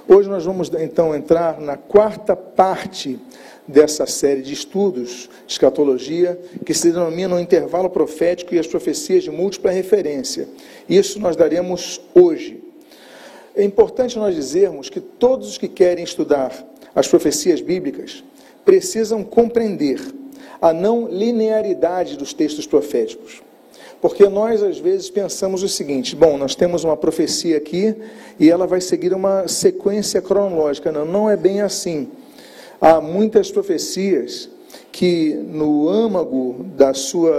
Hoje nós vamos então entrar na quarta parte dessa série de estudos de escatologia, que se denomina o intervalo profético e as profecias de múltipla referência. Isso nós daremos hoje. É importante nós dizermos que todos os que querem estudar as profecias bíblicas precisam compreender a não linearidade dos textos proféticos. Porque nós, às vezes, pensamos o seguinte: bom, nós temos uma profecia aqui e ela vai seguir uma sequência cronológica. Não, não é bem assim. Há muitas profecias que, no âmago da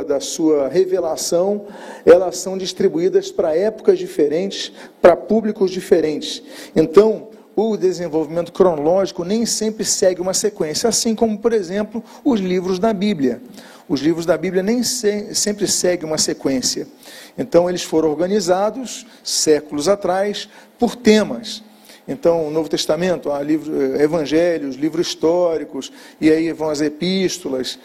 sua revelação, elas são distribuídas para épocas diferentes, para públicos diferentes. Então, o desenvolvimento cronológico nem sempre segue uma sequência, assim como, por exemplo, os livros da Bíblia. Os livros da Bíblia nem sempre seguem uma sequência. Então, eles foram organizados, séculos atrás, por temas. Então, o Novo Testamento, há evangelhos, livros históricos, e aí vão as epístolas,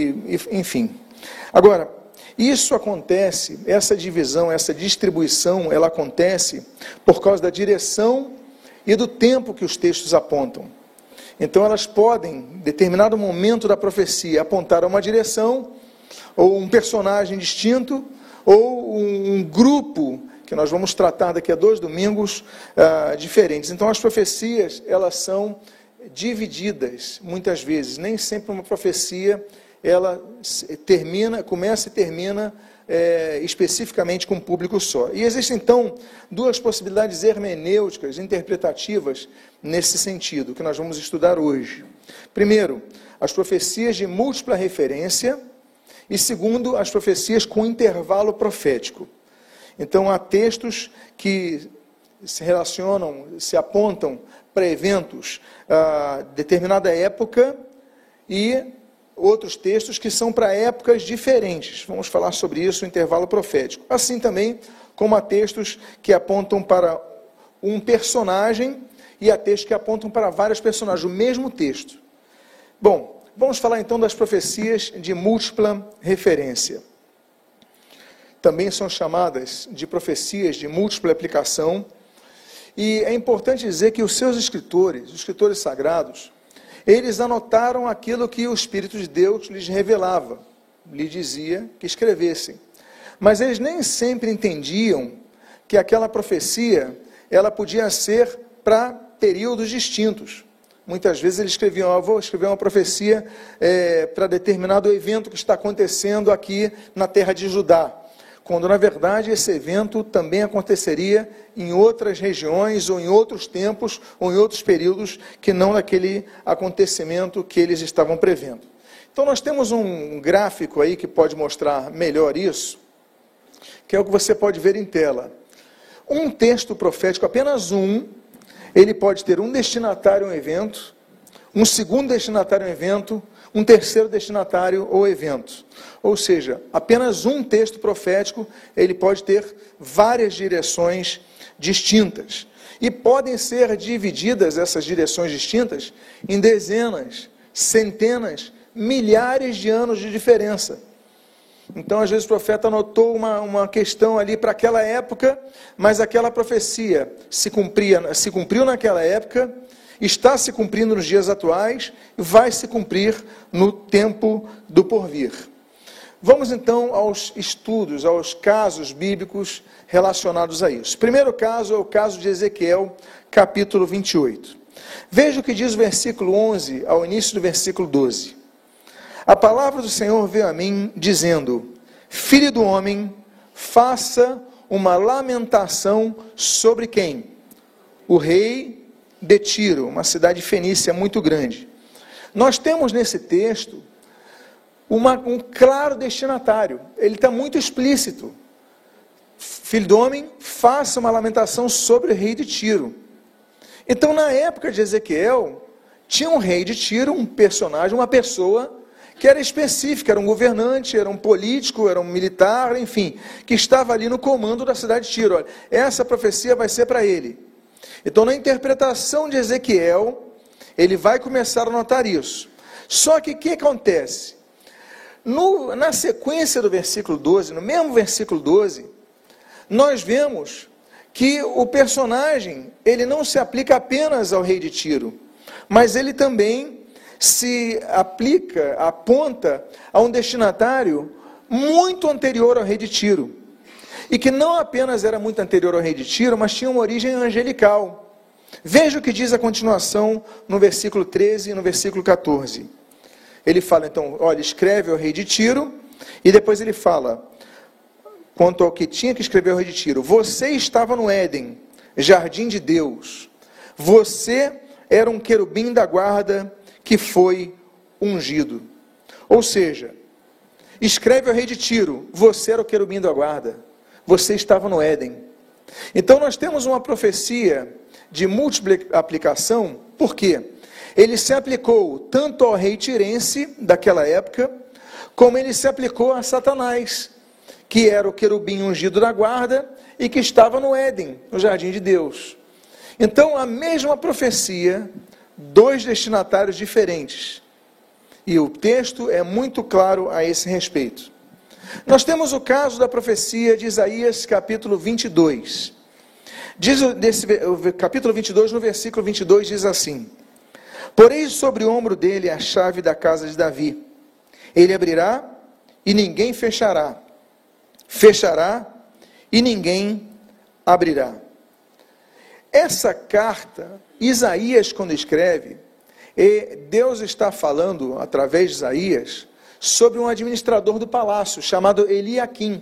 enfim. Agora, isso acontece, essa divisão, essa distribuição, ela acontece por causa da direção e do tempo que os textos apontam. Então elas podem, em determinado momento da profecia, apontar a uma direção, ou um personagem distinto, ou um grupo, que nós vamos tratar daqui a 2 domingos, diferentes. Então as profecias, elas são divididas, muitas vezes. Nem sempre uma profecia, ela começa e termina especificamente com um público só. E existem, então, 2 possibilidades hermenêuticas, interpretativas, nesse sentido, que nós vamos estudar hoje. Primeiro, as profecias de múltipla referência, e segundo, as profecias com intervalo profético. Então, há textos que se relacionam, se apontam para eventos a determinada época, e outros textos que são para épocas diferentes. Vamos falar sobre isso no intervalo profético. Assim também como há textos que apontam para um personagem e há textos que apontam para vários personagens, o mesmo texto. Bom, vamos falar então das profecias de múltipla referência. Também são chamadas de profecias de múltipla aplicação. E é importante dizer que os seus escritores, os escritores sagrados, eles anotaram aquilo que o Espírito de Deus lhes revelava, lhe dizia que escrevessem. Mas eles nem sempre entendiam que aquela profecia, ela podia ser para períodos distintos. Muitas vezes eles escreviam: vou escrever uma profecia para determinado evento que está acontecendo aqui na terra de Judá. Quando, na verdade, esse evento também aconteceria em outras regiões, ou em outros tempos, ou em outros períodos, que não naquele acontecimento que eles estavam prevendo. Então, nós temos um gráfico aí que pode mostrar melhor isso, que é o que você pode ver em tela. Um texto profético, apenas um, ele pode ter um destinatário a um evento, um segundo destinatário a um evento, um terceiro destinatário ou evento. Ou seja, apenas um texto profético, ele pode ter várias direções distintas. E podem ser divididas essas direções distintas em dezenas, centenas, milhares de anos de diferença. Então, às vezes, o profeta anotou uma questão ali para aquela época, mas aquela profecia se cumpriu naquela época, está se cumprindo nos dias atuais e vai se cumprir no tempo do porvir. Vamos então aos estudos, aos casos bíblicos relacionados a isso. O primeiro caso é o caso de Ezequiel, capítulo 28. Veja o que diz o versículo 11 ao início do versículo 12. A palavra do Senhor veio a mim, dizendo: Filho do homem, faça uma lamentação sobre quem? O rei de Tiro, uma cidade fenícia muito grande. Nós temos nesse texto um claro destinatário, ele está muito explícito. Filho do homem, faça uma lamentação sobre o rei de Tiro. Então, na época de Ezequiel, tinha um rei de Tiro, um personagem, uma pessoa que era específica, era um governante, era um político, era um militar, enfim, que estava ali no comando da cidade de Tiro. Olha, essa profecia vai ser para ele. Então, na interpretação de Ezequiel, ele vai começar a notar isso. Só que o que acontece? Na sequência do versículo 12, no mesmo versículo 12, nós vemos que o personagem, ele não se aplica apenas ao rei de Tiro, mas ele também se aplica, aponta a um destinatário muito anterior ao rei de Tiro. E que não apenas era muito anterior ao rei de Tiro, mas tinha uma origem angelical. Veja o que diz a continuação no versículo 13 e no versículo 14. Ele fala, então, olha, escreve ao rei de Tiro, e depois ele fala, quanto ao que tinha que escrever ao rei de Tiro, você estava no Éden, jardim de Deus, você era um querubim da guarda que foi ungido. Ou seja, escreve ao rei de Tiro, você era o querubim da guarda, você estava no Éden. Então nós temos uma profecia de múltipla aplicação, por quê? Ele se aplicou tanto ao rei tirense daquela época, como ele se aplicou a Satanás, que era o querubim ungido da guarda e que estava no Éden, no jardim de Deus. Então a mesma profecia, dois destinatários diferentes. E o texto é muito claro a esse respeito. Nós temos o caso da profecia de Isaías, capítulo 22. O capítulo 22, no versículo 22, diz assim: Porei sobre o ombro dele a chave da casa de Davi. Ele abrirá e ninguém fechará. Fechará e ninguém abrirá. Essa carta, Isaías, quando escreve, Deus está falando, através de Isaías, sobre um administrador do palácio, chamado Eliaquim.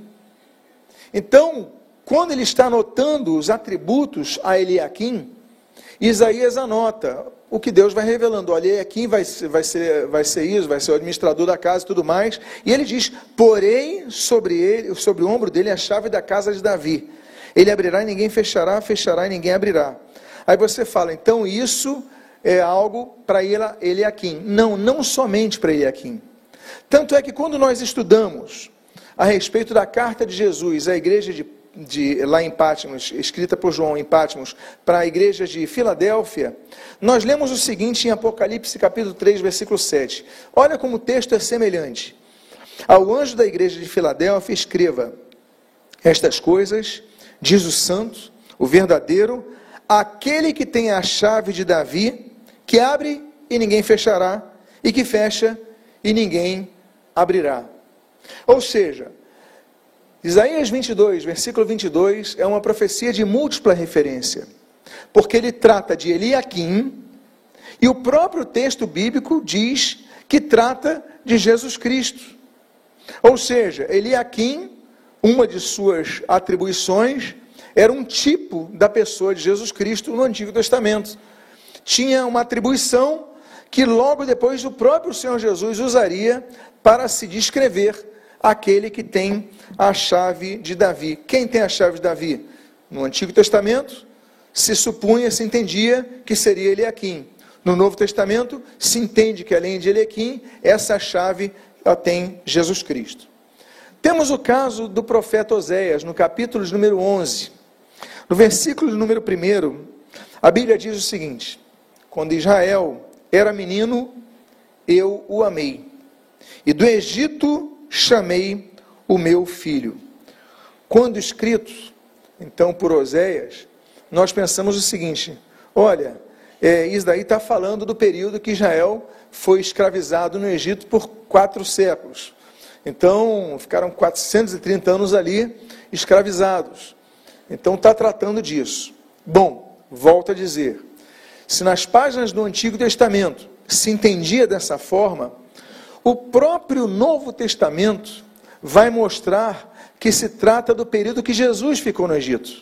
Então, quando ele está anotando os atributos a Eliaquim, Isaías anota o que Deus vai revelando. Olha, Eliaquim vai ser isso, vai ser o administrador da casa e tudo mais. E ele diz, porém sobre o ombro dele a chave da casa de Davi. Ele abrirá e ninguém fechará, fechará e ninguém abrirá. Aí você fala, então isso é algo para Eliaquim. Não somente para Eliaquim. Tanto é que quando nós estudamos a respeito da carta de Jesus à igreja lá em Patmos, escrita por João em Patmos, para a igreja de Filadélfia, nós lemos o seguinte em Apocalipse capítulo 3, versículo 7. Olha como o texto é semelhante. Ao anjo da igreja de Filadélfia escreva, estas coisas, diz o santo, o verdadeiro, aquele que tem a chave de Davi, que abre e ninguém fechará, e que fecha e ninguém abrirá. Ou seja, Isaías 22, versículo 22, é uma profecia de múltipla referência, porque ele trata de Eliaquim, e o próprio texto bíblico diz que trata de Jesus Cristo. Ou seja, Eliaquim, uma de suas atribuições, era um tipo da pessoa de Jesus Cristo no Antigo Testamento. Tinha uma atribuição que logo depois o próprio Senhor Jesus usaria para se descrever aquele que tem a chave de Davi. Quem tem a chave de Davi? No Antigo Testamento, se supunha, se entendia que seria Eliaquim. No Novo Testamento, se entende que além de Eliaquim, essa chave a tem Jesus Cristo. Temos o caso do profeta Oséias, no capítulo de número 11. No versículo de número 1, a Bíblia diz o seguinte: quando Israel era menino, eu o amei, e do Egito chamei o meu filho. Quando escrito, então, por Oséias, nós pensamos o seguinte, olha, isso daí está falando do período que Israel foi escravizado no Egito por 4 séculos. Então, ficaram 430 anos ali escravizados. Então, está tratando disso. Bom, volto a dizer, se nas páginas do Antigo Testamento se entendia dessa forma, o próprio Novo Testamento vai mostrar que se trata do período que Jesus ficou no Egito.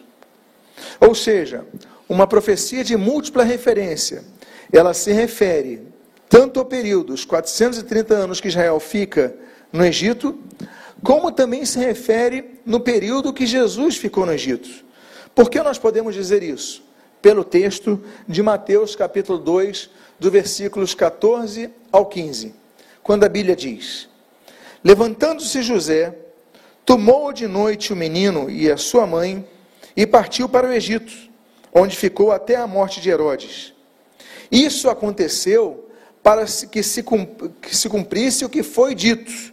Ou seja, uma profecia de múltipla referência. Ela se refere tanto ao período, os 430 anos que Israel fica no Egito, como também se refere no período que Jesus ficou no Egito. Por que nós podemos dizer isso? Pelo texto de Mateus capítulo 2, do versículos 14 ao 15. Quando a Bíblia diz, levantando-se José, tomou de noite o menino e a sua mãe, e partiu para o Egito, onde ficou até a morte de Herodes. Isso aconteceu para que se cumprisse o que foi dito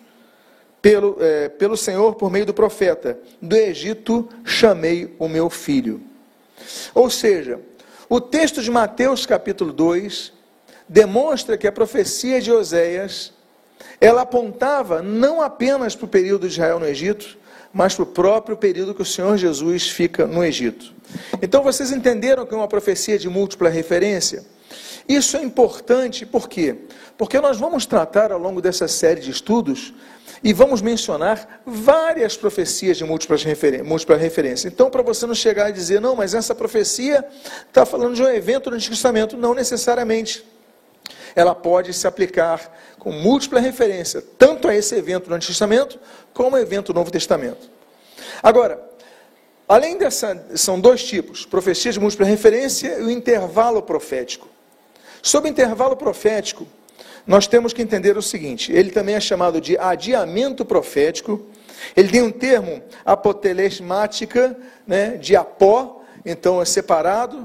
pelo Senhor por meio do profeta, do Egito chamei o meu filho. Ou seja, o texto de Mateus capítulo 2 demonstra que a profecia de Oséias, ela apontava não apenas para o período de Israel no Egito, mas para o próprio período que o Senhor Jesus fica no Egito. Então vocês entenderam que é uma profecia de múltipla referência? Isso é importante, por quê? Porque nós vamos tratar ao longo dessa série de estudos e vamos mencionar várias profecias de múltipla referência. Então, para você não chegar e dizer, não, mas essa profecia está falando de um evento no Antigo Testamento, não necessariamente. Ela pode se aplicar com múltipla referência, tanto a esse evento no Antigo Testamento, como ao evento do Novo Testamento. Agora, além dessa, são dois tipos, profecia de múltipla referência e o intervalo profético. Sobre o intervalo profético, nós temos que entender o seguinte, ele também é chamado de adiamento profético, ele tem um termo apotelesmática, né, de apó, então é separado,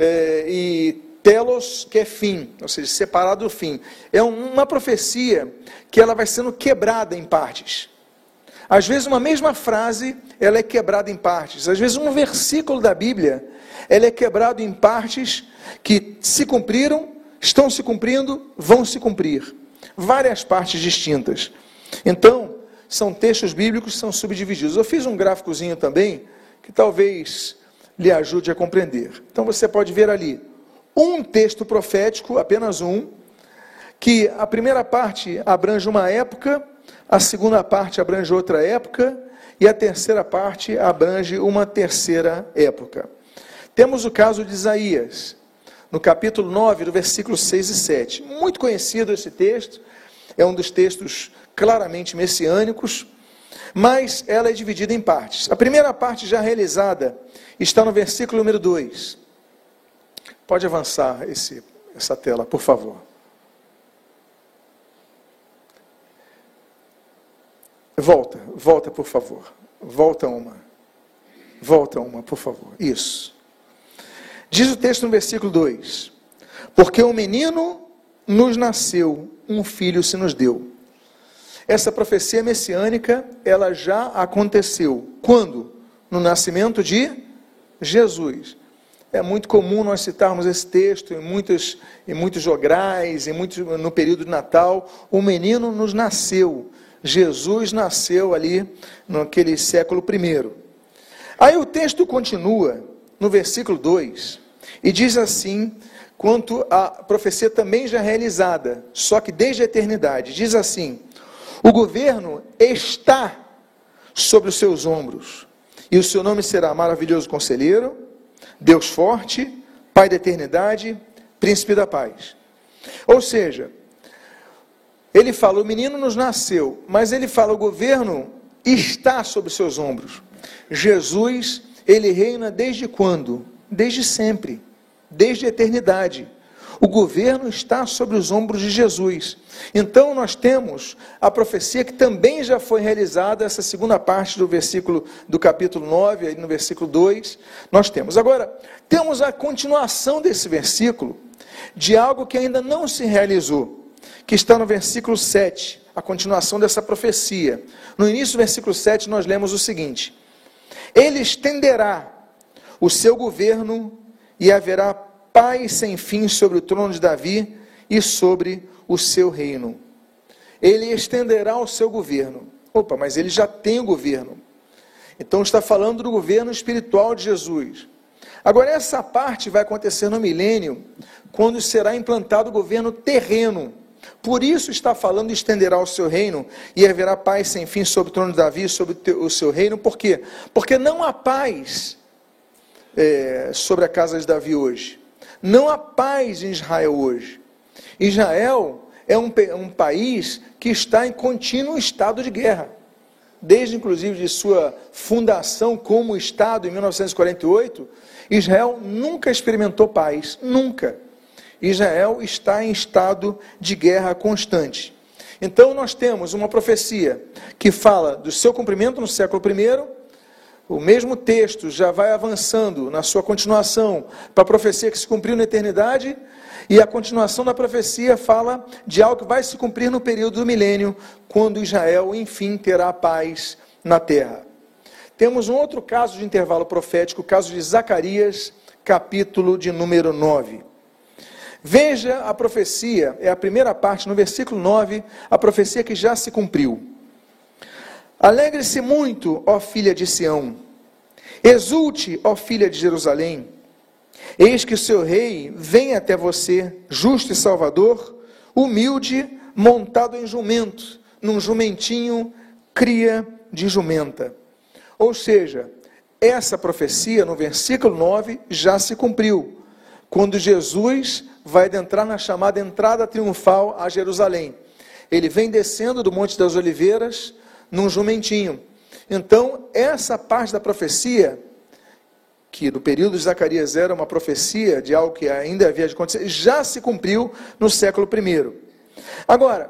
e telos, que é fim, ou seja, separado do fim. É uma profecia que ela vai sendo quebrada em partes. Às vezes uma mesma frase, ela é quebrada em partes. Às vezes um versículo da Bíblia, ele é quebrado em partes que se cumpriram, estão se cumprindo, vão se cumprir. Várias partes distintas. Então, são textos bíblicos que são subdivididos. Eu fiz um gráficozinho também, que talvez lhe ajude a compreender. Então, você pode ver ali, um texto profético, apenas um, que a primeira parte abrange uma época, a segunda parte abrange outra época, e a terceira parte abrange uma terceira época. Temos o caso de Isaías, no capítulo 9, do versículo 6 e 7. Muito conhecido esse texto, é um dos textos claramente messiânicos, mas ela é dividida em partes. A primeira parte já realizada está no versículo número 2. Pode avançar essa tela, por favor. Volta, por favor. Volta uma, por favor. Isso. Diz o texto no versículo 2: porque um menino nos nasceu, um filho se nos deu. Essa profecia messiânica, ela já aconteceu. Quando? No nascimento de Jesus. É muito comum nós citarmos esse texto em muitos jograis, no período de Natal. O menino nos nasceu. Jesus nasceu ali naquele século I. Aí o texto continua no versículo 2 e diz assim, quanto à profecia também já realizada, só que desde a eternidade, diz assim: o governo está sobre os seus ombros, e o seu nome será Maravilhoso Conselheiro, Deus Forte, Pai da Eternidade, Príncipe da Paz. Ou seja, ele fala, o menino nos nasceu, mas ele fala, o governo está sobre os seus ombros. Jesus, ele reina desde quando? Desde sempre, desde a eternidade. O governo está sobre os ombros de Jesus. Então nós temos a profecia que também já foi realizada, essa segunda parte do capítulo 9, aí no versículo 2, nós temos. Agora, temos a continuação desse versículo, de algo que ainda não se realizou, que está no versículo 7, a continuação dessa profecia. No início do versículo 7 nós lemos o seguinte: ele estenderá o seu governo e haverá paz sem fim sobre o trono de Davi e sobre o seu reino. Ele estenderá o seu governo. Opa, mas ele já tem o governo. Então está falando do governo espiritual de Jesus. Agora essa parte vai acontecer no milênio, quando será implantado o governo terreno. Por isso está falando de estenderá o seu reino e haverá paz sem fim sobre o trono de Davi e sobre o seu reino. Por quê? Porque não há paz sobre a casa de Davi hoje. Não há paz em Israel hoje. Israel é um país que está em contínuo estado de guerra. Desde, inclusive, de sua fundação como Estado, em 1948, Israel nunca experimentou paz. Nunca. Israel está em estado de guerra constante. Então, nós temos uma profecia que fala do seu cumprimento no século I. O mesmo texto já vai avançando na sua continuação para a profecia que se cumpriu na eternidade, e a continuação da profecia fala de algo que vai se cumprir no período do milênio, quando Israel, enfim, terá paz na terra. Temos um outro caso de intervalo profético, o caso de Zacarias, capítulo de número 9. Veja a profecia, é a primeira parte, no versículo 9, a profecia que já se cumpriu. Alegre-se muito, ó filha de Sião, exulte, ó filha de Jerusalém, eis que o seu rei vem até você, justo e salvador, humilde, montado em jumento, num jumentinho, cria de jumenta. Ou seja, essa profecia, no versículo 9, já se cumpriu, quando Jesus vai adentrar na chamada entrada triunfal a Jerusalém. Ele vem descendo do Monte das Oliveiras num jumentinho. Então, essa parte da profecia, que no período de Zacarias era uma profecia de algo que ainda havia de acontecer, já se cumpriu no século I. Agora,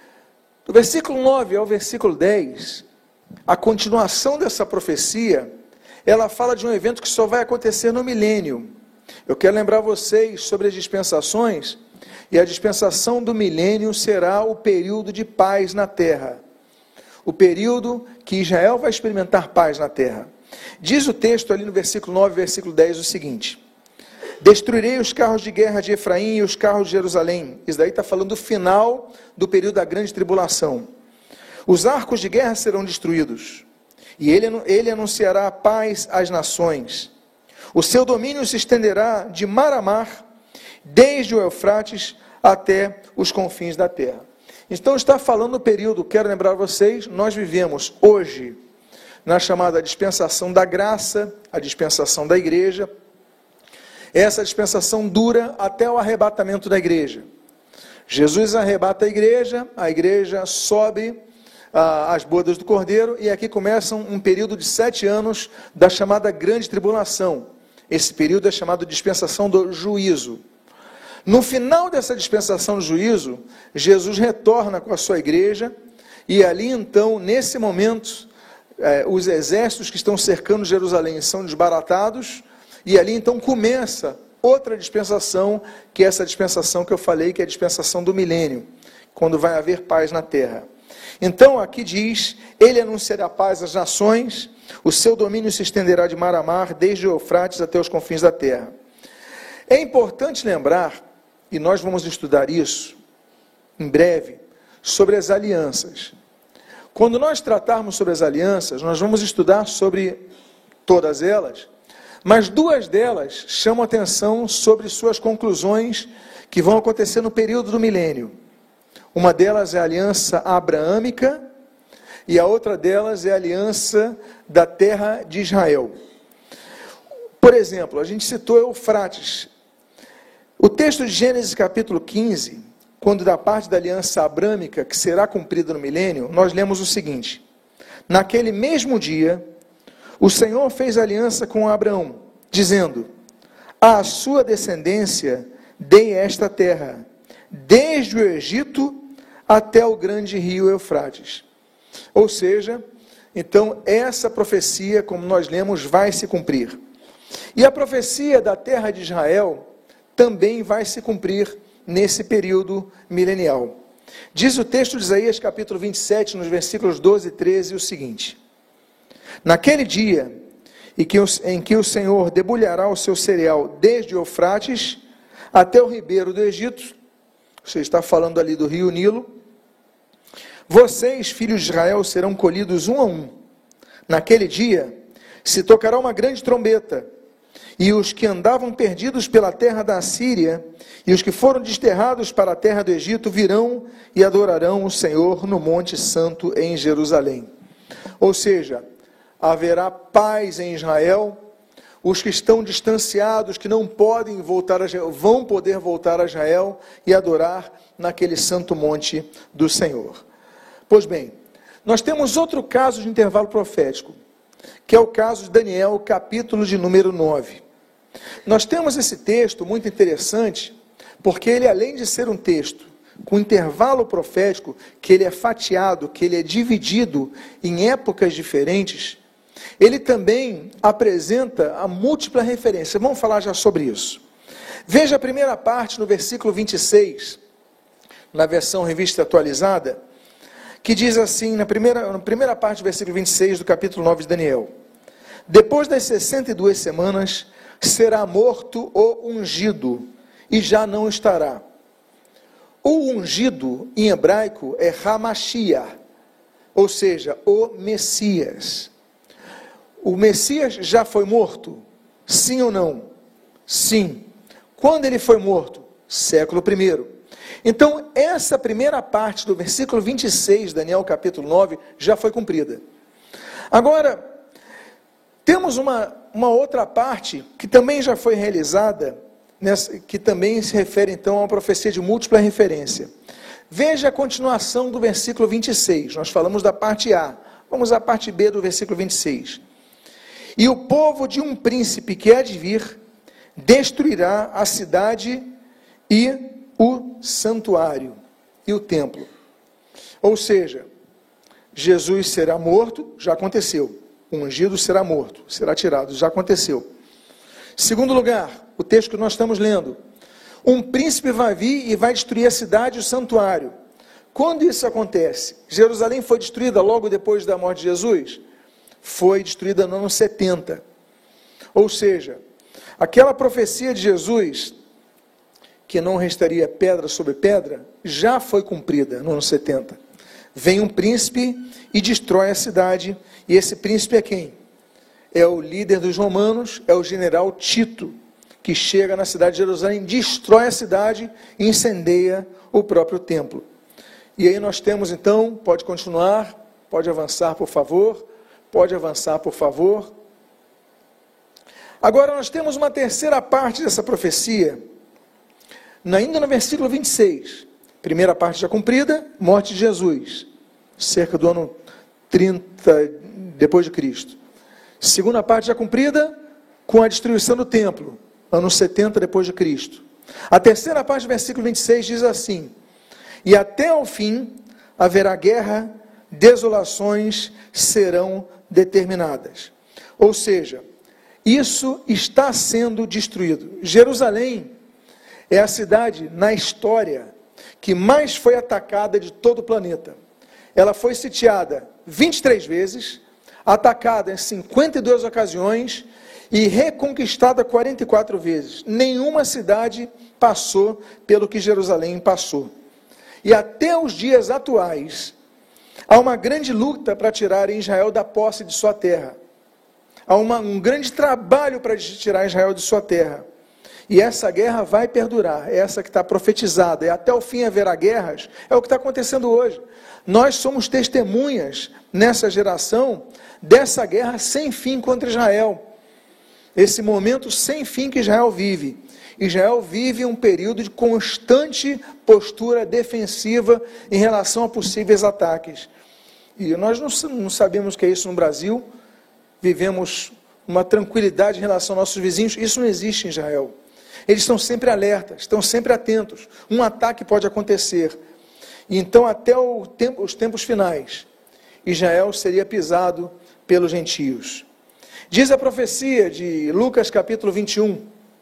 do versículo 9 ao versículo 10, a continuação dessa profecia, ela fala de um evento que só vai acontecer no milênio. Eu quero lembrar vocês sobre as dispensações, e a dispensação do milênio será o período de paz na terra. O período que Israel vai experimentar paz na terra. Diz o texto ali no versículo 9, versículo 10 o seguinte: destruirei os carros de guerra de Efraim e os carros de Jerusalém. Isso daí está falando do final do período da grande tribulação. Os arcos de guerra serão destruídos, e ele anunciará a paz às nações. O seu domínio se estenderá de mar a mar, desde o Eufrates até os confins da terra. Então está falando do período, quero lembrar vocês, nós vivemos hoje na chamada dispensação da graça, a dispensação da igreja. Essa dispensação dura até o arrebatamento da igreja. Jesus arrebata a igreja sobe às bodas do Cordeiro, e aqui começa um período de 7 anos da chamada grande tribulação. Esse período é chamado de dispensação do juízo. No final dessa dispensação do juízo, Jesus retorna com a sua igreja, e ali então, nesse momento, os exércitos que estão cercando Jerusalém são desbaratados, e ali então começa outra dispensação, que é essa dispensação que eu falei, que é a dispensação do milênio, quando vai haver paz na terra. Então aqui diz, ele anunciará paz às nações, o seu domínio se estenderá de mar a mar, desde o Eufrates até os confins da terra. É importante lembrar, e nós vamos estudar isso em breve, sobre as alianças. Quando nós tratarmos sobre as alianças, nós vamos estudar sobre todas elas, mas 2 delas chamam atenção sobre suas conclusões que vão acontecer no período do milênio. Uma delas é a aliança abraâmica, e a outra delas é a aliança da terra de Israel. Por exemplo, a gente citou Eufrates. O texto de Gênesis capítulo 15, quando da parte da aliança abrâmica, que será cumprida no milênio, nós lemos o seguinte: naquele mesmo dia, o Senhor fez aliança com Abraão, dizendo: à sua descendência dei esta terra, desde o Egito até o grande rio Eufrates. Ou seja, então essa profecia, como nós lemos, vai se cumprir. E a profecia da terra de Israel também vai se cumprir nesse período milenial. Diz o texto de Isaías capítulo 27, nos versículos 12 e 13, o seguinte: naquele dia em que o Senhor debulhará o seu cereal desde o Eufrates até o ribeiro do Egito, você está falando ali do rio Nilo, vocês, filhos de Israel, serão colhidos um a um. Naquele dia se tocará uma grande trombeta, e os que andavam perdidos pela terra da Assíria, e os que foram desterrados para a terra do Egito, virão e adorarão o Senhor no Monte Santo em Jerusalém. Ou seja, haverá paz em Israel. Os que estão distanciados, que não podem voltar a Israel, vão poder voltar a Israel e adorar naquele santo monte do Senhor. Pois bem, nós temos outro caso de intervalo profético, que é o caso de Daniel, capítulo de número 9. Nós temos esse texto muito interessante, porque ele, além de ser um texto com intervalo profético, que ele é fatiado, que ele é dividido em épocas diferentes, ele também apresenta a múltipla referência. Vamos falar já sobre isso. Veja a primeira parte no versículo 26, na versão revista atualizada, que diz assim, na primeira parte do versículo 26 do capítulo 9 de Daniel: depois das 62 semanas, será morto o ungido, e já não estará. O ungido, em hebraico, é Hamashiach, ou seja, o Messias. O Messias já foi morto? Sim ou não? Sim. Quando ele foi morto? Século I. Então, essa primeira parte do versículo 26, Daniel capítulo 9, já foi cumprida. Agora, temos uma outra parte que também já foi realizada, que também se refere então a uma profecia de múltipla referência. Veja a continuação do versículo 26, nós falamos da parte A, vamos à parte B do versículo 26. E o povo de um príncipe que há de vir, destruirá a cidade e o santuário e o templo. Ou seja, Jesus será morto, já aconteceu. O ungido será morto, será tirado, já aconteceu. Segundo lugar, o texto que nós estamos lendo. Um príncipe vai vir e vai destruir a cidade e o santuário. Quando isso acontece? Jerusalém foi destruída logo depois da morte de Jesus? Foi destruída no ano 70. Ou seja, aquela profecia de Jesus, que não restaria pedra sobre pedra, já foi cumprida no ano 70. Vem um príncipe e destrói a cidade, e esse príncipe é quem? É o líder dos romanos, é o general Tito, que chega na cidade de Jerusalém, destrói a cidade e incendeia o próprio templo. E aí nós temos então, pode continuar, pode avançar por favor, pode avançar por favor. Agora nós temos uma terceira parte dessa profecia, ainda no versículo 26, primeira parte já cumprida, morte de Jesus, cerca do ano 30 depois de Cristo. Segunda parte já cumprida, com a destruição do templo, ano 70 depois de Cristo. A terceira parte do versículo 26 diz assim: e até ao fim haverá guerra, desolações serão determinadas. Ou seja, isso está sendo destruído. Jerusalém é a cidade na história que mais foi atacada de todo o planeta. Ela foi sitiada 23 vezes, atacada em 52 ocasiões e reconquistada 44 vezes. Nenhuma cidade passou pelo que Jerusalém passou. E até os dias atuais, há uma grande luta para tirar Israel da posse de sua terra. Há um grande trabalho para tirar Israel de sua terra. E essa guerra vai perdurar, é essa que está profetizada, e até o fim haverá guerras, é o que está acontecendo hoje. Nós somos testemunhas, nessa geração, dessa guerra sem fim contra Israel. Esse momento sem fim que Israel vive. Israel vive um período de constante postura defensiva em relação a possíveis ataques. E nós não sabemos o que é isso no Brasil, vivemos uma tranquilidade em relação aos nossos vizinhos, isso não existe em Israel. Eles estão sempre alertas, estão sempre atentos. Um ataque pode acontecer. E então, até os tempos finais, Israel seria pisado pelos gentios. Diz a profecia de Lucas capítulo 21,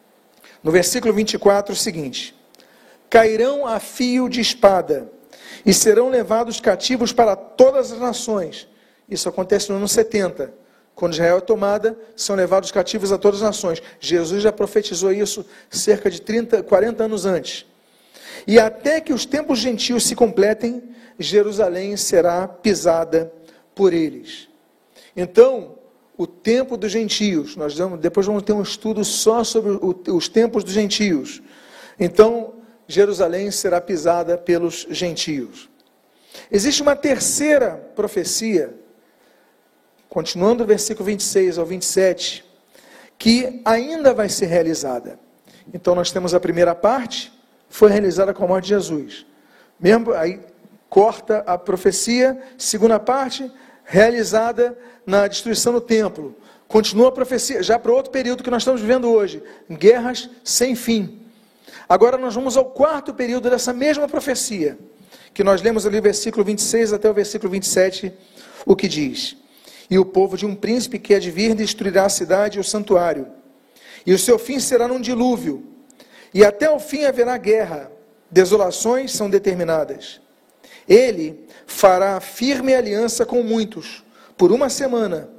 no versículo 24, o seguinte: cairão a fio de espada, e serão levados cativos para todas as nações. Isso acontece no ano 70. Quando Israel é tomada, são levados cativos a todas as nações. Jesus já profetizou isso cerca de 40 anos antes. E até que os tempos gentios se completem, Jerusalém será pisada por eles. Então, o tempo dos gentios, depois vamos ter um estudo só sobre os tempos dos gentios. Então, Jerusalém será pisada pelos gentios. Existe uma terceira profecia, continuando do versículo 26 ao 27, que ainda vai ser realizada. Então nós temos a primeira parte, foi realizada com a morte de Jesus. Mesmo aí corta a profecia, segunda parte, realizada na destruição do templo. Continua a profecia, já para outro período que nós estamos vivendo hoje, guerras sem fim. Agora nós vamos ao quarto período dessa mesma profecia, que nós lemos ali o versículo 26 até o versículo 27, o que diz: e o povo de um príncipe que há de vir destruirá a cidade e o santuário, e o seu fim será num dilúvio, e até o fim haverá guerra, desolações são determinadas. Ele fará firme aliança com muitos, por uma semana,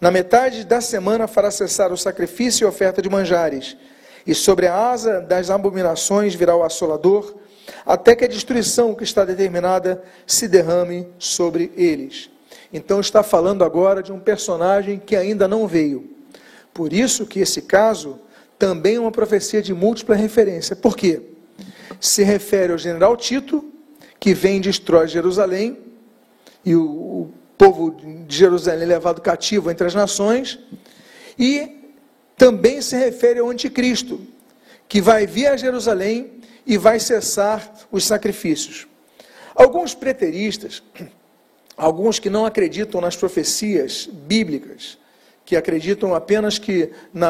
Na metade da semana fará cessar o sacrifício e a oferta de manjares, e sobre a asa das abominações virá o assolador, até que a destruição que está determinada se derrame sobre eles. Então está falando agora de um personagem que ainda não veio. Por isso que esse caso também é uma profecia de múltipla referência. Por quê? Se refere ao general Tito, que vem e destrói Jerusalém, e o povo de Jerusalém é levado cativo entre as nações, e também se refere ao anticristo, que vai vir a Jerusalém e vai cessar os sacrifícios. Alguns preteristas, alguns que não acreditam nas profecias bíblicas, que acreditam apenas que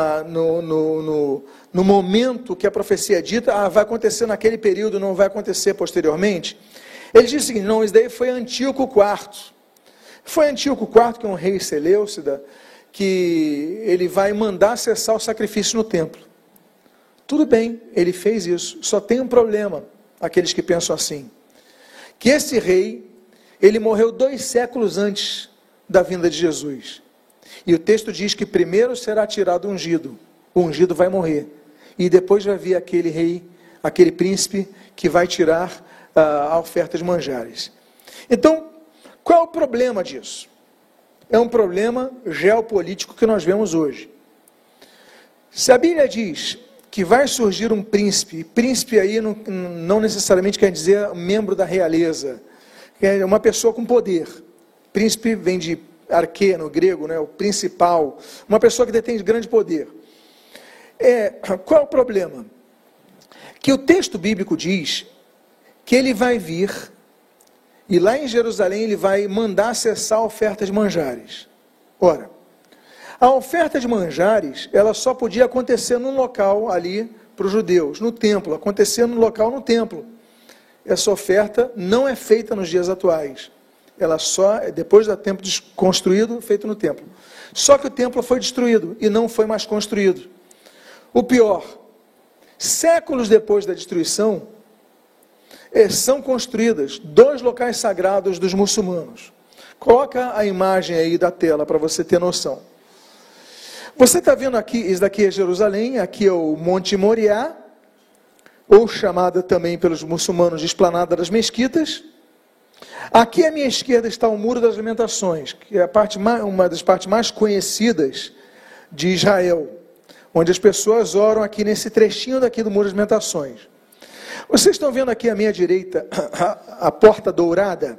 no momento que a profecia é dita, vai acontecer naquele período, não vai acontecer posteriormente. Eles dizem o seguinte: não, isso daí foi Antíoco IV. Foi Antíoco IV, que é um rei Seleucida, que ele vai mandar cessar o sacrifício no templo. Tudo bem, ele fez isso. Só tem um problema, aqueles que pensam assim, que esse rei, ele morreu 2 séculos antes da vinda de Jesus. E o texto diz que primeiro será tirado o ungido vai morrer, e depois vai vir aquele rei, aquele príncipe, que vai tirar a oferta de manjares. Então, qual é o problema disso? É um problema geopolítico que nós vemos hoje. Se a Bíblia diz que vai surgir um príncipe, príncipe aí não necessariamente quer dizer membro da realeza, é uma pessoa com poder. Príncipe vem de arquê, no grego, né, o principal, uma pessoa que detém grande poder. Qual é o problema? Que o texto bíblico diz que ele vai vir, e lá em Jerusalém ele vai mandar cessar a oferta de manjares. Ora, a oferta de manjares, ela só podia acontecer num local ali para os judeus, no templo, acontecer no local no templo. Essa oferta não é feita nos dias atuais. Ela só, depois do templo construído, feito no templo. Só que o templo foi destruído e não foi mais construído. O pior, séculos depois da destruição, são construídas 2 locais sagrados dos muçulmanos. Coloca a imagem aí da tela para você ter noção. Você está vendo aqui, isso daqui é Jerusalém, aqui é o Monte Moriá, ou chamada também pelos muçulmanos de Esplanada das Mesquitas. Aqui à minha esquerda está o Muro das Lamentações, que é uma das partes mais conhecidas de Israel, onde as pessoas oram aqui nesse trechinho daqui do Muro das Lamentações. Vocês estão vendo aqui à minha direita a Porta Dourada?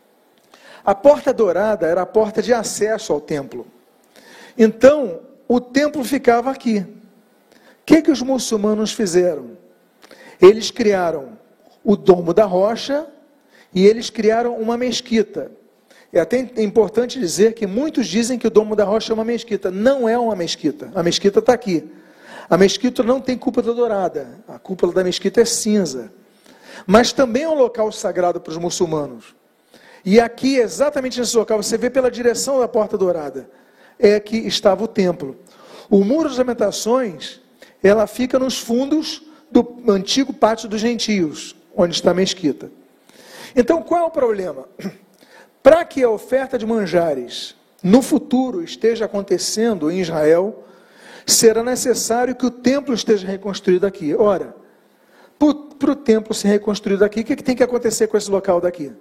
A Porta Dourada era a porta de acesso ao templo. Então, o templo ficava aqui. O que os muçulmanos fizeram? Eles criaram o Domo da Rocha e eles criaram uma mesquita. É até importante dizer que muitos dizem que o Domo da Rocha é uma mesquita. Não é uma mesquita. A mesquita está aqui. A mesquita não tem cúpula dourada. A cúpula da mesquita é cinza. Mas também é um local sagrado para os muçulmanos. E aqui, exatamente nesse local, você vê pela direção da Porta Dourada, é que estava o templo. O Muro das Lamentações, ela fica nos fundos do antigo Pátio dos Gentios, onde está a mesquita. Então, qual é o problema? Para que a oferta de manjares no futuro esteja acontecendo em Israel, será necessário que o templo esteja reconstruído aqui. Ora, para o templo ser reconstruído aqui, o que tem que acontecer com esse local daqui?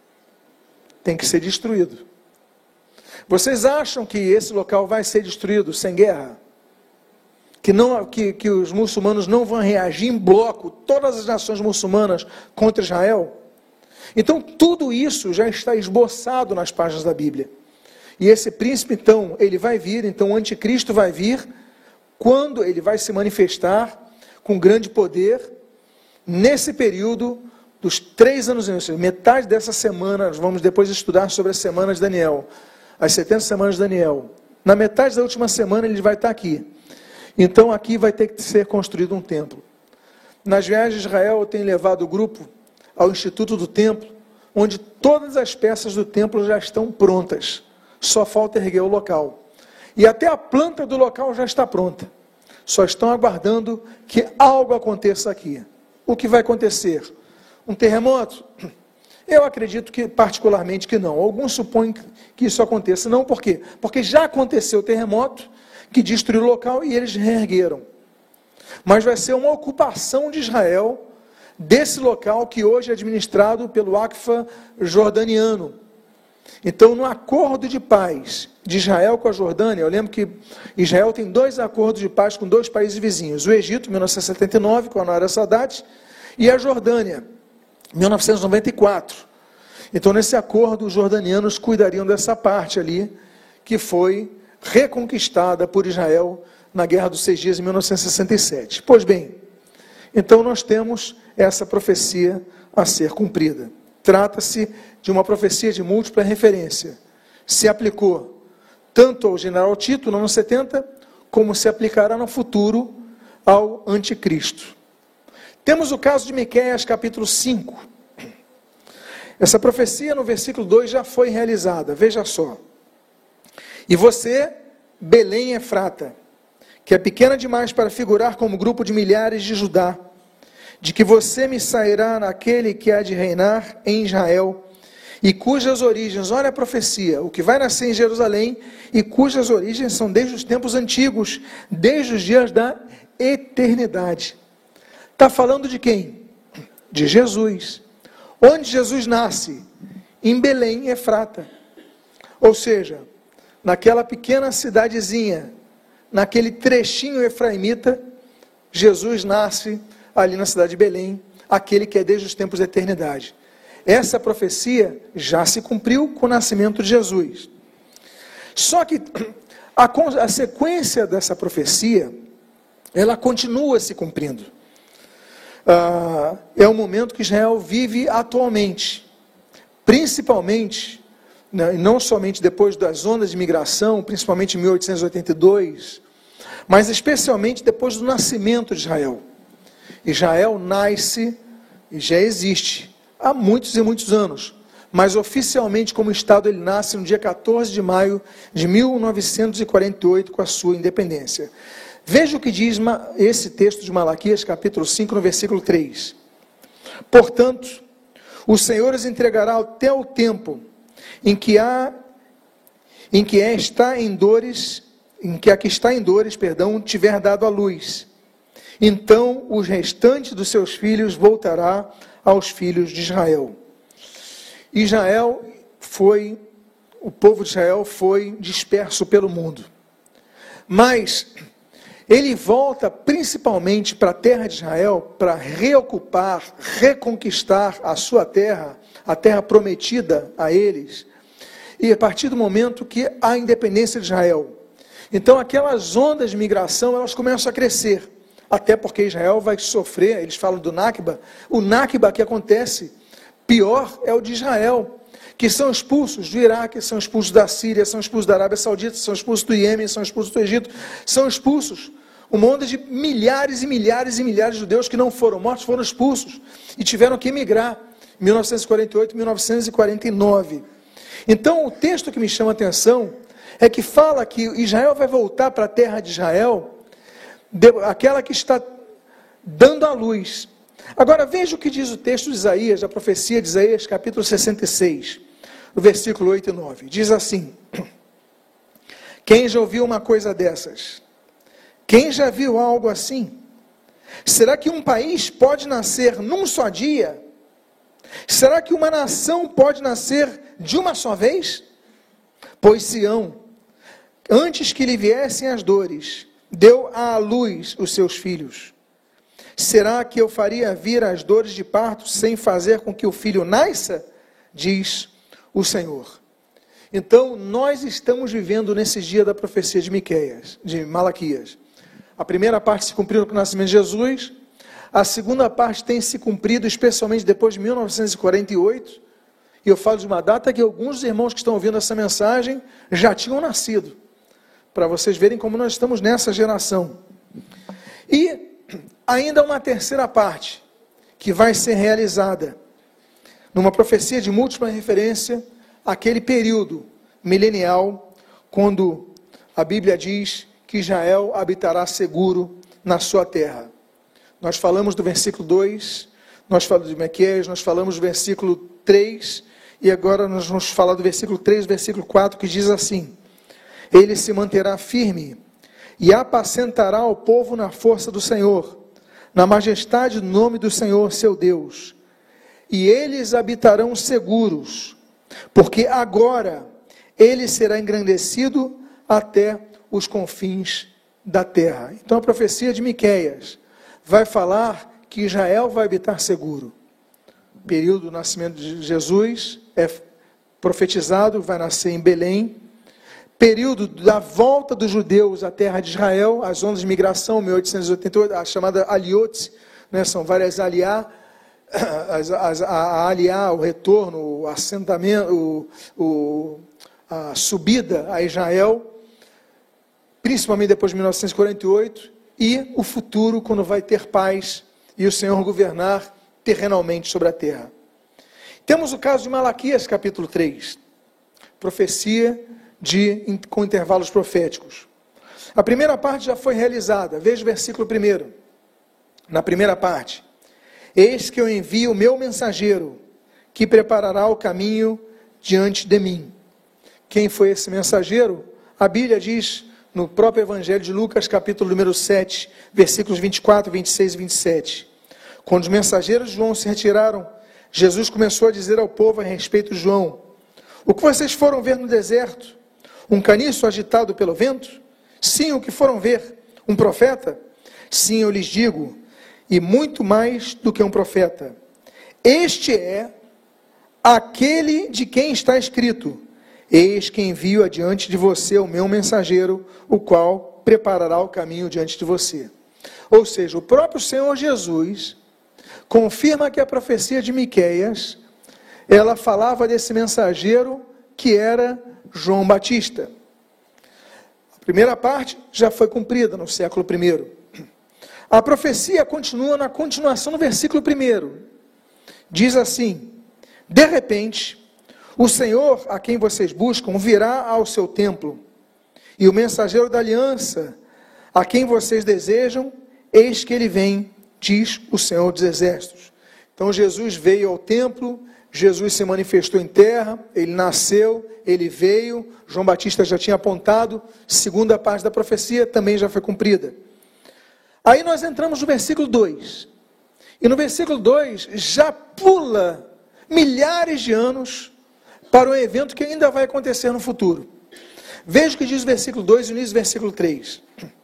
Tem que ser destruído. Vocês acham que esse local vai ser destruído sem guerra? Que os muçulmanos não vão reagir em bloco, todas as nações muçulmanas, contra Israel? Então, tudo isso já está esboçado nas páginas da Bíblia. E esse príncipe, então, ele vai vir, então o anticristo vai vir, quando ele vai se manifestar com grande poder, nesse período dos 3 anos, ou seja, metade dessa semana, nós vamos depois estudar sobre as semanas de Daniel, as 70 semanas de Daniel. Na metade da última semana ele vai estar aqui. Então aqui vai ter que ser construído um templo. Nas viagens de Israel eu tenho levado o grupo ao Instituto do Templo, onde todas as peças do templo já estão prontas. Só falta erguer o local. E até a planta do local já está pronta. Só estão aguardando que algo aconteça aqui. O que vai acontecer? Um terremoto? Eu acredito que, particularmente, que não. Alguns supõem que isso aconteça. Não, por quê? Porque já aconteceu o terremoto que destruiu o local e eles reergueram. Mas vai ser uma ocupação de Israel desse local que hoje é administrado pelo ACFA jordaniano. Então, no acordo de paz de Israel com a Jordânia, eu lembro que Israel tem 2 acordos de paz com 2 países vizinhos, o Egito, 1979, com Anwar al-Sadat, e a Jordânia, 1994. Então, nesse acordo, os jordanianos cuidariam dessa parte ali, que foi reconquistada por Israel na Guerra dos 6 Dias, em 1967. Pois bem, então nós temos essa profecia a ser cumprida. Trata-se de uma profecia de múltipla referência. Se aplicou tanto ao general Tito, no ano 70, como se aplicará no futuro ao anticristo. Temos o caso de Miqueias, capítulo 5. Essa profecia, no versículo 2, já foi realizada. Veja só. E você, Belém Efrata, que é pequena demais para figurar como grupo de milhares de Judá, de que você me sairá naquele que há de reinar em Israel, e cujas origens, olha a profecia, o que vai nascer em Jerusalém, e cujas origens são desde os tempos antigos, desde os dias da eternidade. Está falando de quem? De Jesus. Onde Jesus nasce? Em Belém, Efrata. Ou seja, naquela pequena cidadezinha, naquele trechinho efraimita, Jesus nasce ali na cidade de Belém, aquele que é desde os tempos da eternidade. Essa profecia já se cumpriu com o nascimento de Jesus. Só que a sequência dessa profecia, ela continua se cumprindo. É o momento que Israel vive atualmente, principalmente, não somente depois das ondas de migração, principalmente em 1882, mas especialmente depois do nascimento de Israel. Israel nasce e já existe há muitos e muitos anos, mas oficialmente como Estado ele nasce no dia 14 de maio de 1948 com a sua independência. Veja o que diz esse texto de Malaquias, capítulo 5, no versículo 3. Portanto, o Senhor os entregará até o tempo em que a que está em dores, tiver dado à luz. Então, os restantes dos seus filhos voltará aos filhos de Israel. O povo de Israel foi disperso pelo mundo. Mas ele volta principalmente para a terra de Israel para reocupar, reconquistar a sua terra, a terra prometida a eles, e a partir do momento que há a independência de Israel. Então aquelas ondas de migração, elas começam a crescer, até porque Israel vai sofrer, eles falam do Nakba, o Nakba que acontece, pior é o de Israel, que são expulsos do Iraque, são expulsos da Síria, são expulsos da Arábia Saudita, são expulsos do Iêmen, são expulsos do Egito, são expulsos. Uma onda de milhares e milhares e milhares de judeus que não foram mortos, foram expulsos e tiveram que emigrar em 1948 e 1949. Então, o texto que me chama a atenção é que fala que Israel vai voltar para a terra de Israel, aquela que está dando a luz. Agora, veja o que diz o texto de Isaías, da profecia de Isaías, capítulo 66, no versículo 8 e 9. Diz assim: quem já ouviu uma coisa dessas? Quem já viu algo assim? Será que um país pode nascer num só dia? Será que uma nação pode nascer de uma só vez? Pois Sião, antes que lhe viessem as dores, deu à luz os seus filhos. Será que eu faria vir as dores de parto sem fazer com que o filho nasça? Diz o Senhor. Então, nós estamos vivendo nesses dias da profecia de Miqueias, de Malaquias. A primeira parte se cumpriu com o nascimento de Jesus, a segunda parte tem se cumprido especialmente depois de 1948, e eu falo de uma data que alguns dos irmãos que estão ouvindo essa mensagem já tinham nascido, para vocês verem como nós estamos nessa geração. E ainda uma terceira parte, que vai ser realizada, numa profecia de múltipla referência, aquele período milenial, quando a Bíblia diz que Israel habitará seguro na sua terra. Nós falamos do versículo 2, nós falamos de Miqueias, nós falamos do versículo 3, e agora nós vamos falar do versículo 3, versículo 4, que diz assim: ele se manterá firme e apacentará o povo na força do Senhor, na majestade do nome do Senhor, seu Deus. E eles habitarão seguros, porque agora ele será engrandecido até os confins da terra. Então a profecia de Miqueias vai falar que Israel vai habitar seguro. O período do nascimento de Jesus é profetizado, vai nascer em Belém. Período da volta dos judeus à terra de Israel, as ondas de migração, 1888, a chamada Aliot, né, são várias aliá, a aliá, o retorno, o assentamento, a subida a Israel, principalmente depois de 1948, e o futuro, quando vai ter paz e o Senhor governar terrenalmente sobre a terra. Temos o caso de Malaquias, capítulo 3, profecia com intervalos proféticos. A primeira parte já foi realizada, veja o versículo 1. Na primeira parte: eis que eu envio o meu mensageiro, que preparará o caminho diante de mim. Quem foi esse mensageiro? A Bíblia diz no próprio Evangelho de Lucas, capítulo número 7, versículos 24, 26 e 27. Quando os mensageiros de João se retiraram, Jesus começou a dizer ao povo a respeito de João: o que vocês foram ver no deserto? Um caniço agitado pelo vento? Sim, o que foram ver? Um profeta? Sim, eu lhes digo, e muito mais do que um profeta. Este é aquele de quem está escrito: eis que envio adiante de você o meu mensageiro, o qual preparará o caminho diante de você. Ou seja, o próprio Senhor Jesus confirma que a profecia de Miqueias, ela falava desse mensageiro que era João Batista. A primeira parte já foi cumprida no século I. A profecia continua na continuação no versículo 1. Diz assim: de repente, o Senhor, a quem vocês buscam, virá ao seu templo, e o mensageiro da aliança, a quem vocês desejam, eis que ele vem, diz o Senhor dos Exércitos. Então Jesus veio ao templo, Jesus se manifestou em terra, ele nasceu, ele veio, João Batista já tinha apontado, segunda parte da profecia também já foi cumprida. Aí nós entramos no versículo 2, e no versículo 2 já pula milhares de anos para um evento que ainda vai acontecer no futuro. Veja o que diz o versículo 2 e o início do versículo 3.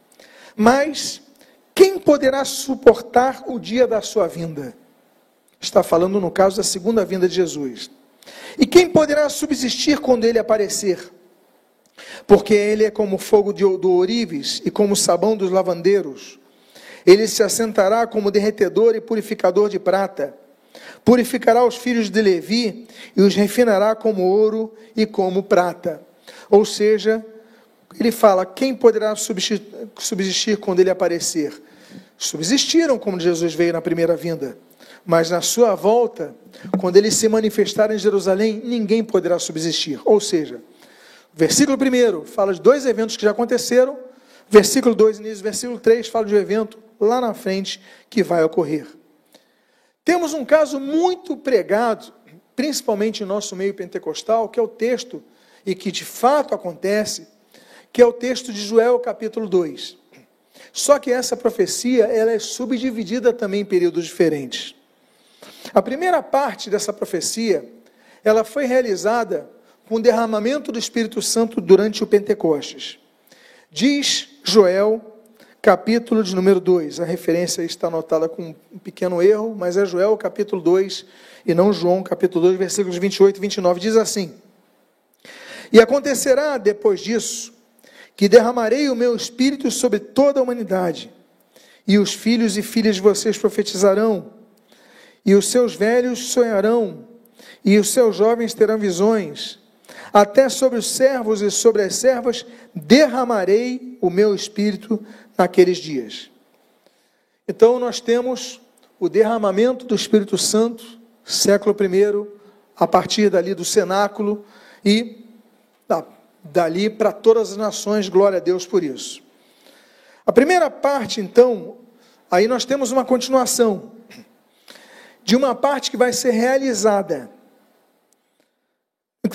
Mas quem poderá suportar o dia da sua vinda? Está falando no caso da segunda vinda de Jesus. E quem poderá subsistir quando ele aparecer? Porque ele é como o fogo do ourives e como o sabão dos lavandeiros. Ele se assentará como derretedor e purificador de prata. Purificará os filhos de Levi e os refinará como ouro e como prata. Ou seja, ele fala, quem poderá subsistir quando ele aparecer? Subsistiram quando Jesus veio na primeira vinda. Mas na sua volta, quando ele se manifestar em Jerusalém, ninguém poderá subsistir. Ou seja, versículo 1 fala de dois eventos que já aconteceram, versículo 2 início, versículo 3 fala de um evento lá na frente que vai ocorrer. Temos um caso muito pregado, principalmente em nosso meio pentecostal, que é o texto, e que de fato acontece, que é o texto de Joel capítulo 2. Só que essa profecia, ela é subdividida também em períodos diferentes. A primeira parte dessa profecia, ela foi realizada com o derramamento do Espírito Santo durante o Pentecostes. Diz Joel, capítulo de número 2, a referência está anotada com um pequeno erro, mas é Joel capítulo 2, e não João capítulo 2, versículos 28 e 29, diz assim: e acontecerá depois disso, que derramarei o meu Espírito sobre toda a humanidade, e os filhos e filhas de vocês profetizarão, e os seus velhos sonharão, e os seus jovens terão visões, até sobre os servos e sobre as servas derramarei o meu Espírito naqueles dias. Então nós temos o derramamento do Espírito Santo, século I, a partir dali do cenáculo, e dali para todas as nações, glória a Deus por isso. A primeira parte, então, aí nós temos uma continuação de uma parte que vai ser realizada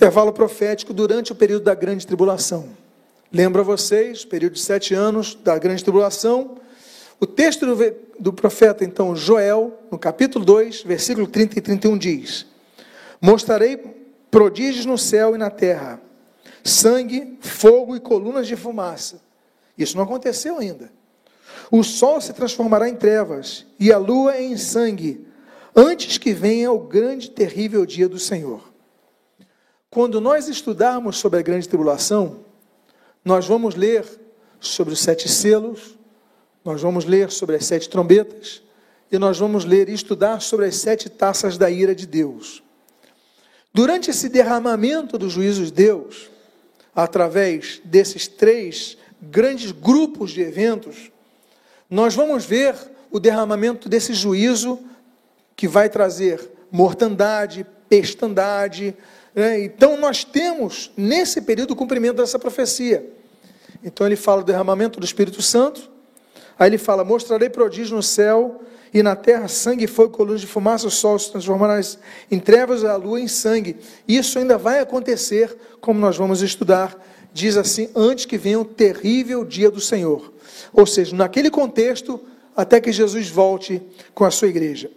intervalo profético durante o período da grande tribulação. Lembro a vocês, período de 7 anos da grande tribulação. O texto do profeta, então, Joel, no capítulo 2, versículo 30 e 31, diz: mostrarei prodígios no céu e na terra, sangue, fogo e colunas de fumaça. Isso não aconteceu ainda. O sol se transformará em trevas e a lua em sangue, antes que venha o grande e terrível dia do Senhor. Quando nós estudarmos sobre a grande tribulação, nós vamos ler sobre os 7 selos, nós vamos ler sobre as 7 trombetas, e nós vamos ler e estudar sobre as 7 taças da ira de Deus. Durante esse derramamento do juízo de Deus, através desses 3 grandes grupos de eventos, nós vamos ver o derramamento desse juízo que vai trazer mortandade, pestandade, né? Então nós temos nesse período o cumprimento dessa profecia. Então ele fala do derramamento do Espírito Santo, aí ele fala: mostrarei prodígio no céu e na terra, sangue, fogo, colunas de fumaça, o sol se transformará em trevas e a lua em sangue. Isso ainda vai acontecer, como nós vamos estudar, diz assim, antes que venha o terrível dia do Senhor. Ou seja, naquele contexto, até que Jesus volte com a sua igreja.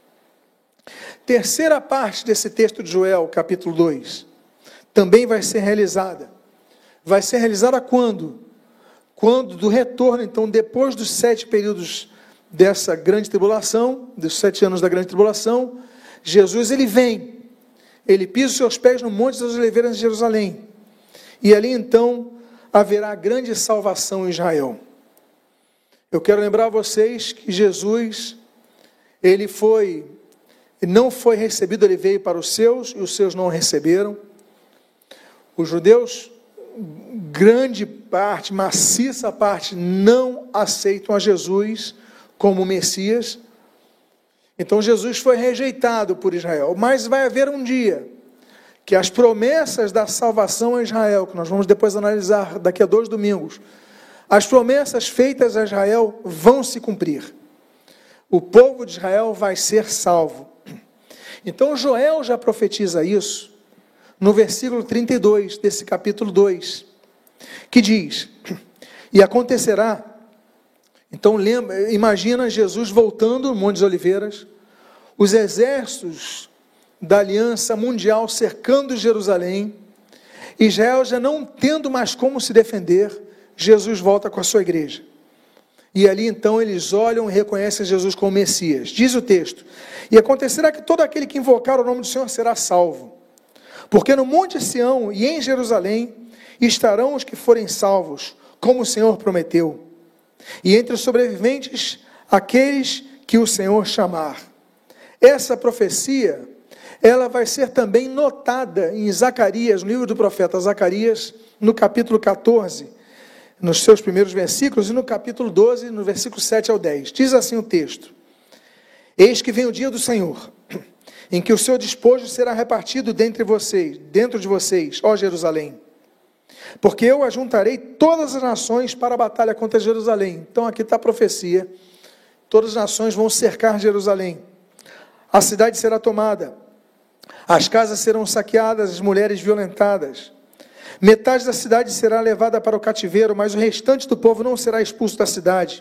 Terceira parte desse texto de Joel, capítulo 2, também vai ser realizada. Vai ser realizada quando? Quando do retorno, então, depois dos 7 períodos dessa grande tribulação, dos 7 anos da grande tribulação, Jesus, ele vem, ele pisa os seus pés no Monte das Oliveiras de Jerusalém, e ali então haverá grande salvação em Israel. Eu quero lembrar a vocês que Jesus, ele não foi recebido, ele veio para os seus, e os seus não o receberam. Os judeus, grande parte, maciça parte, não aceitam a Jesus como Messias. Então Jesus foi rejeitado por Israel, mas vai haver um dia que as promessas da salvação a Israel, que nós vamos depois analisar daqui a 2 domingos, as promessas feitas a Israel vão se cumprir. O povo de Israel vai ser salvo. Então Joel já profetiza isso no versículo 32 desse capítulo 2, que diz: e acontecerá. Então imagina Jesus voltando no Monte das Oliveiras, os exércitos da aliança mundial cercando Jerusalém, Israel já não tendo mais como se defender, Jesus volta com a sua igreja. E ali então eles olham e reconhecem Jesus como Messias. Diz o texto: e acontecerá que todo aquele que invocar o nome do Senhor será salvo. Porque no Monte Sião e em Jerusalém estarão os que forem salvos, como o Senhor prometeu. E entre os sobreviventes, aqueles que o Senhor chamar. Essa profecia, ela vai ser também notada em Zacarias, no livro do profeta Zacarias, no capítulo 14, nos seus primeiros versículos, e no capítulo 12, no versículo 7 ao 10. Diz assim o texto: eis que vem o dia do Senhor, em que o seu despojo será repartido dentro de vocês, ó Jerusalém. Porque eu ajuntarei todas as nações para a batalha contra Jerusalém. Então aqui está a profecia. Todas as nações vão cercar Jerusalém. A cidade será tomada. As casas serão saqueadas, as mulheres violentadas. Metade da cidade será levada para o cativeiro, mas o restante do povo não será expulso da cidade.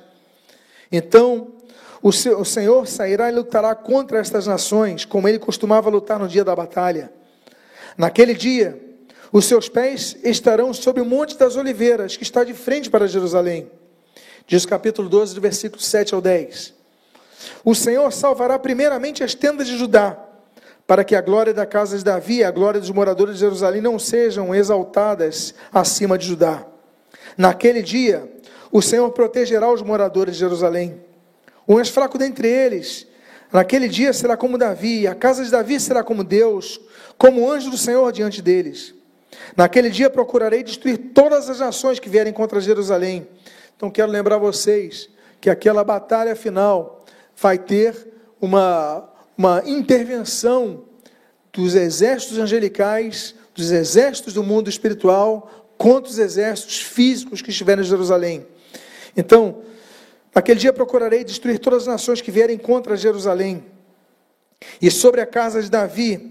Então o Senhor sairá e lutará contra estas nações, como ele costumava lutar no dia da batalha. Naquele dia, os seus pés estarão sobre o Monte das Oliveiras, que está de frente para Jerusalém. Diz o capítulo 12, do versículo 7 ao 10. O Senhor salvará primeiramente as tendas de Judá, para que a glória da casa de Davi e a glória dos moradores de Jerusalém não sejam exaltadas acima de Judá. Naquele dia, o Senhor protegerá os moradores de Jerusalém. O mais fraco dentre eles, naquele dia será como Davi, e a casa de Davi será como Deus, como o anjo do Senhor diante deles. Naquele dia procurarei destruir todas as nações que vierem contra Jerusalém. Então quero lembrar vocês que aquela batalha final vai ter uma intervenção dos exércitos angelicais, dos exércitos do mundo espiritual, contra os exércitos físicos que estiverem em Jerusalém. Então, naquele dia procurarei destruir todas as nações que vierem contra Jerusalém. E sobre a casa de Davi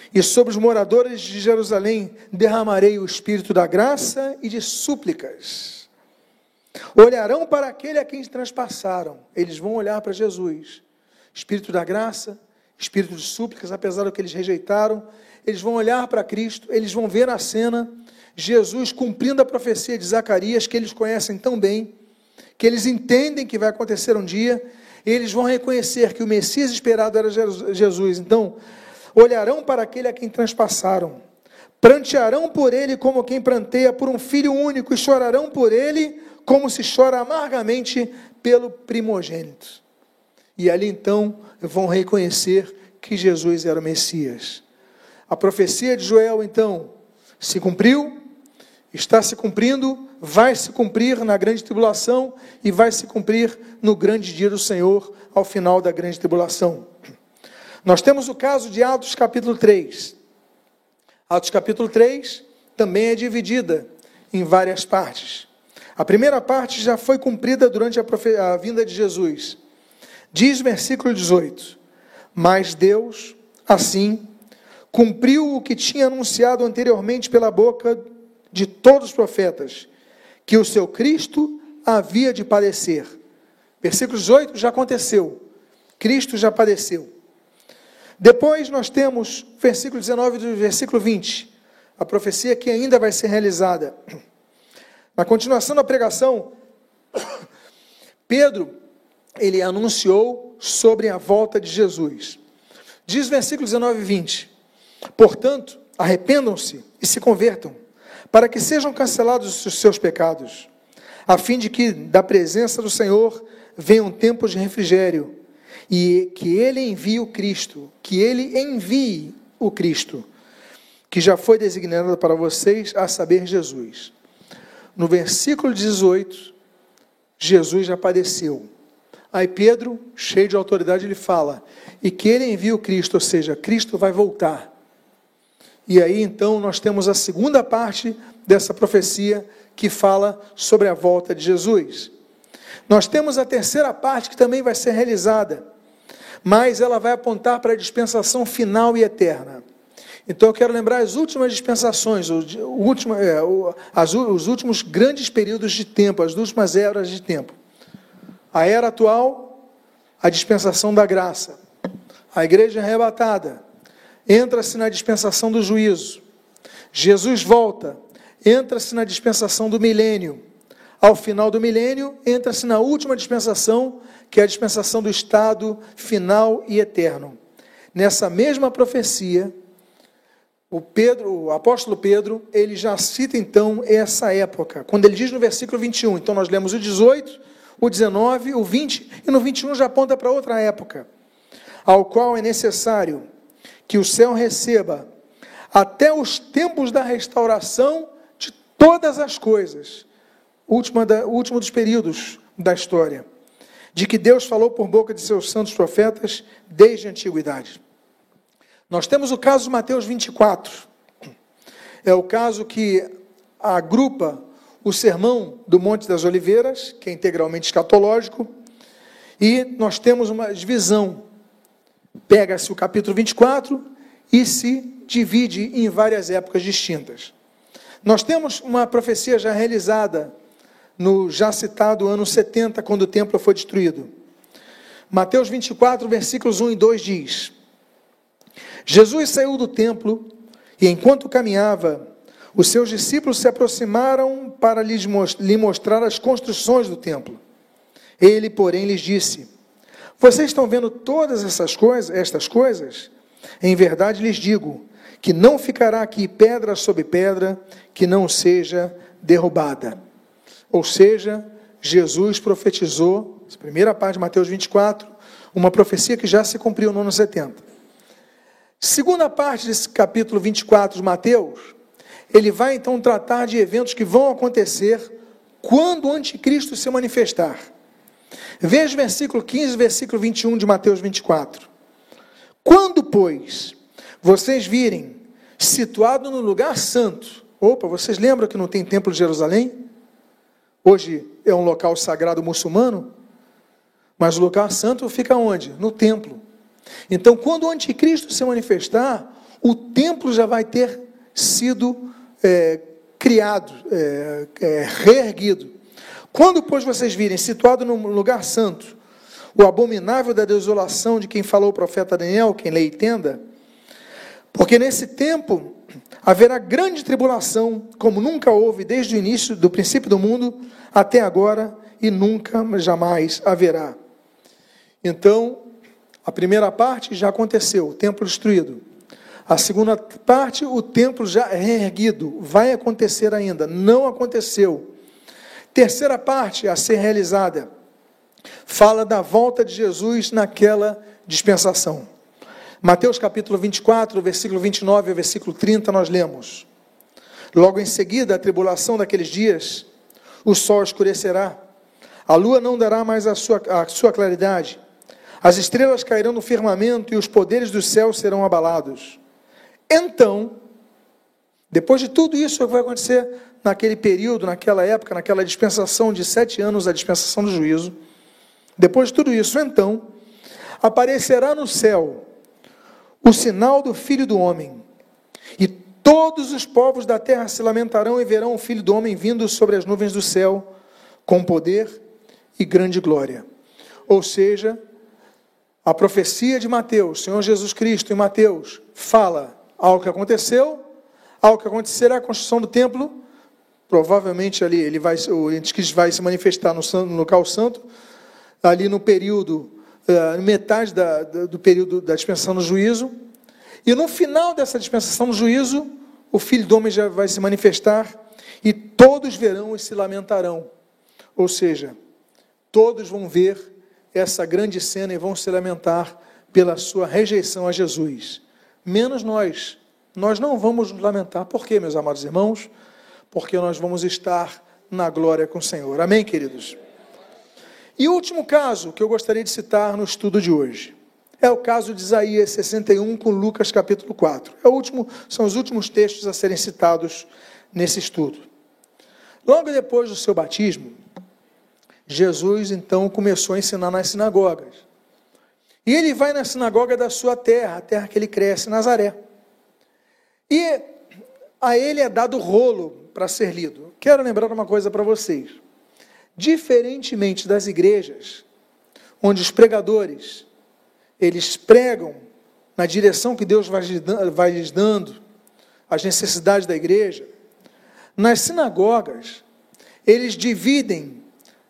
e sobre os moradores de Jerusalém derramarei o espírito da graça e de súplicas. Olharão para aquele a quem transpassaram. Eles vão olhar para Jesus. Espírito da graça, espírito de súplicas, apesar do que eles rejeitaram. Eles vão olhar para Cristo, eles vão ver a cena, Jesus cumprindo a profecia de Zacarias, que eles conhecem tão bem, que eles entendem que vai acontecer um dia. Eles vão reconhecer que o Messias esperado era Jesus. Então, olharão para aquele a quem transpassaram, prantearão por ele como quem pranteia por um filho único, e chorarão por ele como se chora amargamente pelo primogênito. E ali então vão reconhecer que Jesus era o Messias. A profecia de Joel então se cumpriu, está se cumprindo, vai se cumprir na grande tribulação e vai se cumprir no grande dia do Senhor, ao final da grande tribulação. Nós temos o caso de Atos capítulo 3. Atos capítulo 3 também é dividida em várias partes. A primeira parte já foi cumprida durante a vinda de Jesus. Diz versículo 18: mas Deus, assim, cumpriu o que tinha anunciado anteriormente pela boca de todos os profetas, que o seu Cristo havia de padecer. Versículo 18 já aconteceu. Cristo já padeceu. Depois nós temos versículo 19 do versículo 20, a profecia que ainda vai ser realizada. Na continuação da pregação, Pedro, ele anunciou sobre a volta de Jesus. Diz versículo 19 e 20: portanto, arrependam-se e se convertam, para que sejam cancelados os seus pecados, a fim de que da presença do Senhor venham tempos de refrigério, e que Ele envie o Cristo, que já foi designado para vocês, a saber, Jesus. No versículo 18, Jesus já padeceu. Aí Pedro, cheio de autoridade, ele fala, e que Ele envie o Cristo, ou seja, Cristo vai voltar. E aí então nós temos a segunda parte dessa profecia, que fala sobre a volta de Jesus. Nós temos a terceira parte, que também vai ser realizada, mas ela vai apontar para a dispensação final e eterna. Então eu quero lembrar as últimas dispensações, os últimos grandes períodos de tempo, as últimas eras de tempo. A era atual, a dispensação da graça. A igreja arrebatada, entra-se na dispensação do juízo. Jesus volta, entra-se na dispensação do milênio. Ao final do milênio, entra-se na última dispensação, que é a dispensação do estado final e eterno. Nessa mesma profecia, o apóstolo Pedro, ele já cita então essa época, quando ele diz no versículo 21, então nós lemos o 18, o 19, o 20, e no 21 já aponta para outra época, ao qual é necessário que o céu receba até os tempos da restauração de todas as coisas, último dos períodos da história, de que Deus falou por boca de seus santos profetas desde a antiguidade. Nós temos o caso de Mateus 24, é o caso que agrupa o sermão do Monte das Oliveiras, que é integralmente escatológico, e nós temos uma divisão, pega-se o capítulo 24 e se divide em várias épocas distintas. Nós temos uma profecia já realizada no já citado ano 70, quando o templo foi destruído. Mateus 24, versículos 1 e 2 diz: Jesus saiu do templo e, enquanto caminhava, os seus discípulos se aproximaram para lhe mostrar as construções do templo. Ele, porém, lhes disse: vocês estão vendo todas estas coisas? Em verdade lhes digo que não ficará aqui pedra sobre pedra que não seja derrubada. Ou seja, Jesus profetizou, essa primeira parte de Mateus 24, uma profecia que já se cumpriu no ano 70. Segunda parte desse capítulo 24 de Mateus, ele vai então tratar de eventos que vão acontecer quando o anticristo se manifestar. Veja o versículo 15 e versículo 21 de Mateus 24. Quando, pois, vocês virem situado no lugar santo, vocês lembram que não tem templo de Jerusalém? Hoje é um local sagrado muçulmano, mas o lugar santo fica onde? No templo. Então, quando o anticristo se manifestar, o templo já vai ter sido criado, reerguido. Quando, pois, vocês virem situado no lugar santo, o abominável da desolação de quem falou o profeta Daniel, quem lê e entenda, porque nesse tempo haverá grande tribulação, como nunca houve desde o início, do princípio do mundo até agora, e nunca jamais haverá. Então, a primeira parte já aconteceu, o templo destruído. A segunda parte, o templo já reerguido, vai acontecer ainda, não aconteceu. Terceira parte a ser realizada, fala da volta de Jesus naquela dispensação. Mateus capítulo 24, versículo 29 ao versículo 30, nós lemos: logo em seguida, a tribulação daqueles dias, o sol escurecerá, a lua não dará mais a sua claridade, as estrelas cairão no firmamento e os poderes do céu serão abalados. Então, depois de tudo isso que vai acontecer naquele período, naquela época, naquela dispensação de 7 anos, a dispensação do juízo, depois de tudo isso, então, aparecerá no céu o sinal do Filho do Homem, e todos os povos da terra se lamentarão e verão o Filho do Homem vindo sobre as nuvens do céu, com poder e grande glória. Ou seja, a profecia de Mateus, Senhor Jesus Cristo em Mateus, fala algo que aconteceu, algo que acontecerá, a construção do templo, provavelmente ali, o anticristo vai se manifestar no local santo, ali no período, metade do período da dispensação do juízo, e no final dessa dispensação do juízo, o Filho do Homem já vai se manifestar, e todos verão e se lamentarão. Ou seja, todos vão ver essa grande cena e vão se lamentar pela sua rejeição a Jesus. Menos nós. Nós não vamos nos lamentar. Por quê, meus amados irmãos? Porque nós vamos estar na glória com o Senhor. Amém, queridos? E o último caso que eu gostaria de citar no estudo de hoje é o caso de Isaías 61 com Lucas capítulo 4. São os últimos textos a serem citados nesse estudo. Logo depois do seu batismo, Jesus então começou a ensinar nas sinagogas. E ele vai na sinagoga da sua terra, a terra que ele cresce, Nazaré. E a ele é dado rolo para ser lido. Quero lembrar uma coisa para vocês. Diferentemente das igrejas, onde os pregadores, eles pregam na direção que Deus vai lhes dando, as necessidades da igreja, nas sinagogas, eles dividem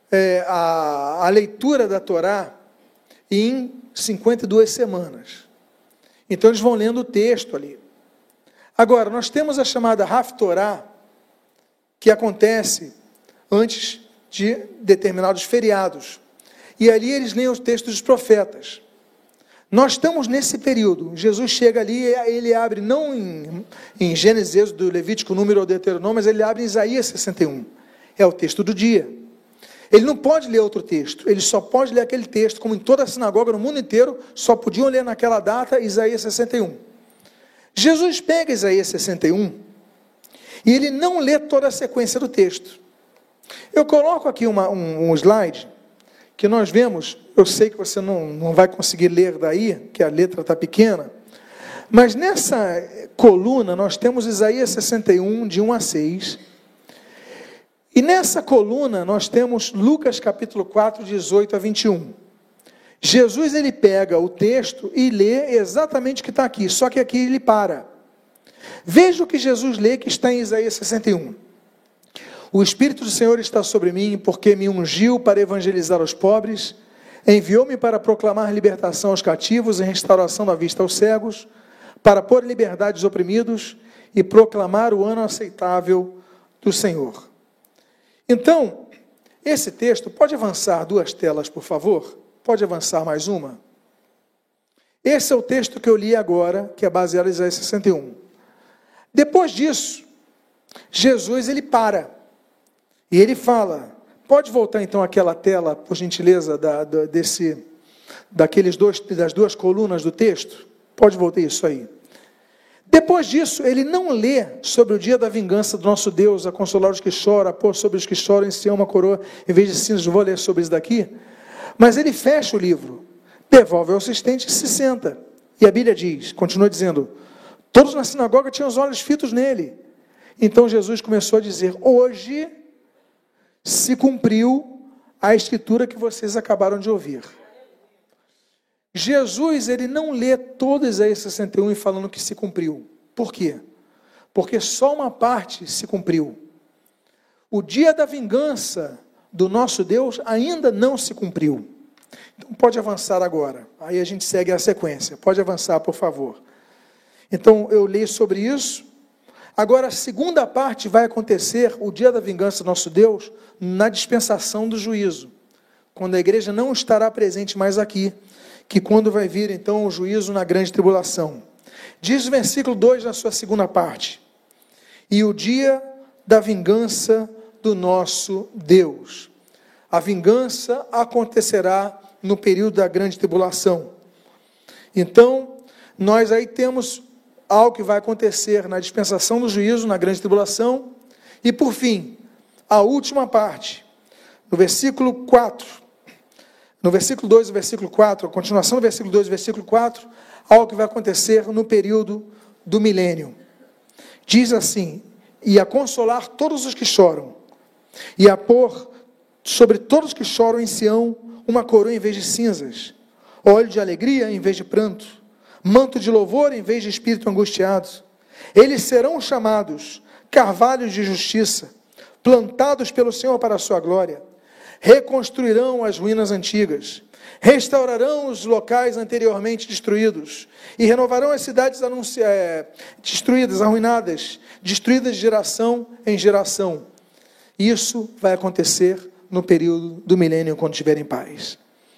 a leitura da Torá em 52 semanas. Então eles vão lendo o texto ali. Agora, nós temos a chamada Haftorá, que acontece antes de determinados feriados. E ali eles leem os textos dos profetas. Nós estamos nesse período. Jesus chega ali, ele abre, não em Gênesis, Êxodo, Levítico, Número ou Deuteronômio, mas ele abre em Isaías 61. É o texto do dia. Ele não pode ler outro texto, ele só pode ler aquele texto, como em toda a sinagoga no mundo inteiro, só podiam ler naquela data Isaías 61. Jesus pega Isaías 61 e ele não lê toda a sequência do texto. Eu coloco aqui um slide que nós vemos, eu sei que você não vai conseguir ler daí, que a letra está pequena, mas nessa coluna nós temos Isaías 61, de 1 a 6, e nessa coluna nós temos Lucas capítulo 4, 18 a 21. Jesus ele pega o texto e lê exatamente o que está aqui, só que aqui ele para. Veja o que Jesus lê que está em Isaías 61. O Espírito do Senhor está sobre mim, porque me ungiu para evangelizar os pobres, enviou-me para proclamar libertação aos cativos e restauração da vista aos cegos, para pôr em liberdade os oprimidos e proclamar o ano aceitável do Senhor. Então, esse texto, pode avançar 2 telas, por favor? Pode avançar mais uma? Esse é o texto que eu li agora, que é baseado em Isaías 61. Depois disso, Jesus ele para, e ele fala, pode voltar então aquela tela, por gentileza, das 2 colunas do texto? Pode voltar isso aí. Depois disso, ele não lê sobre o dia da vingança do nosso Deus, a consolar os que choram, a pôr sobre os que choram em Sião uma coroa, em vez de cinzas, vou ler sobre isso daqui, mas ele fecha o livro, devolve ao assistente e se senta. E a Bíblia diz, continua dizendo, Todos na sinagoga tinham os olhos fitos nele. Então Jesus começou a dizer: hoje se cumpriu a escritura que vocês acabaram de ouvir. Jesus, ele não lê todo Isaías 61 e falando que se cumpriu. Por quê? Porque só uma parte se cumpriu. O dia da vingança do nosso Deus ainda não se cumpriu. Então pode avançar agora. Aí a gente segue a sequência. Pode avançar, por favor. Então eu li sobre isso. Agora a segunda parte vai acontecer, o dia da vingança do nosso Deus, na dispensação do juízo. Quando a igreja não estará presente mais aqui. Que quando vai vir então o juízo na grande tribulação. Diz o versículo 2 na sua segunda parte. E o dia da vingança do nosso Deus. A vingança acontecerá no período da grande tribulação. Então, nós aí temos algo que vai acontecer na dispensação do juízo, na grande tribulação. E por fim, a última parte, no versículo 4. No versículo 2 e versículo 4, a continuação do versículo 2 e versículo 4, algo que vai acontecer no período do milênio. Diz assim: e a consolar todos os que choram, e a pôr sobre todos os que choram em Sião uma coroa em vez de cinzas, óleo de alegria em vez de pranto, manto de louvor em vez de espírito angustiado. Eles serão chamados carvalhos de justiça, plantados pelo Senhor para a sua glória. Reconstruirão as ruínas antigas, restaurarão os locais anteriormente destruídos, e renovarão as cidades destruídas, arruinadas, destruídas de geração em geração. Isso vai acontecer no período do milênio, quando estiverem em paz.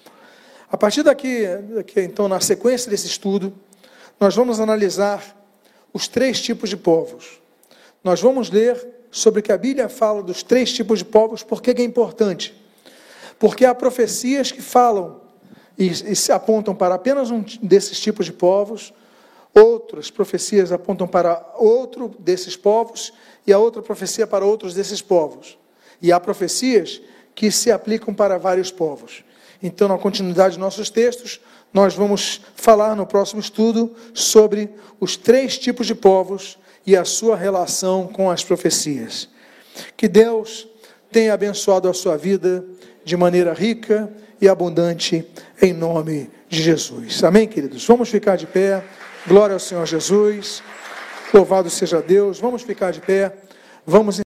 A partir daqui, então, na sequência desse estudo, nós vamos analisar os 3 tipos de povos. Nós vamos ler sobre o que a Bíblia fala dos 3 tipos de povos. Por que é importante? Porque há profecias que falam e se apontam para apenas um desses tipos de povos, outras profecias apontam para outro desses povos, e a outra profecia para outros desses povos. E há profecias que se aplicam para vários povos. Então, na continuidade de nossos textos, nós vamos falar no próximo estudo sobre os 3 tipos de povos e a sua relação com as profecias. Que Deus tenha abençoado a sua vida de maneira rica e abundante, em nome de Jesus. Amém, queridos? Vamos ficar de pé. Glória ao Senhor Jesus. Louvado seja Deus. Vamos ficar de pé. Vamos